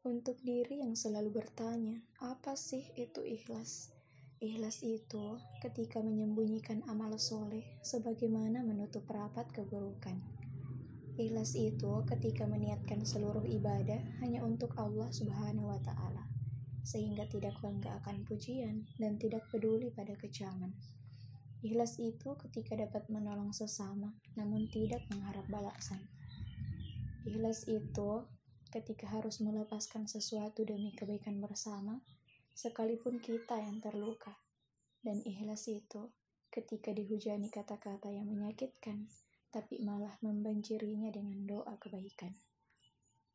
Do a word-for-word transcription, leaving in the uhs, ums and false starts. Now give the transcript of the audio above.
Untuk diri yang selalu bertanya, apa sih itu ikhlas? Ikhlas itu ketika menyembunyikan amal soleh sebagaimana menutup rapat keburukan. Ikhlas itu ketika meniatkan seluruh ibadah hanya untuk Allah Subhanahu wa Ta'ala, sehingga tidak bangga akan pujian dan tidak peduli pada kecaman. Ikhlas itu ketika dapat menolong sesama namun tidak mengharap balasan. Ikhlas itu ketika harus melepaskan sesuatu demi kebaikan bersama, sekalipun kita yang terluka. Dan ikhlas itu ketika dihujani kata-kata yang menyakitkan, tapi malah membanjirinya dengan doa kebaikan.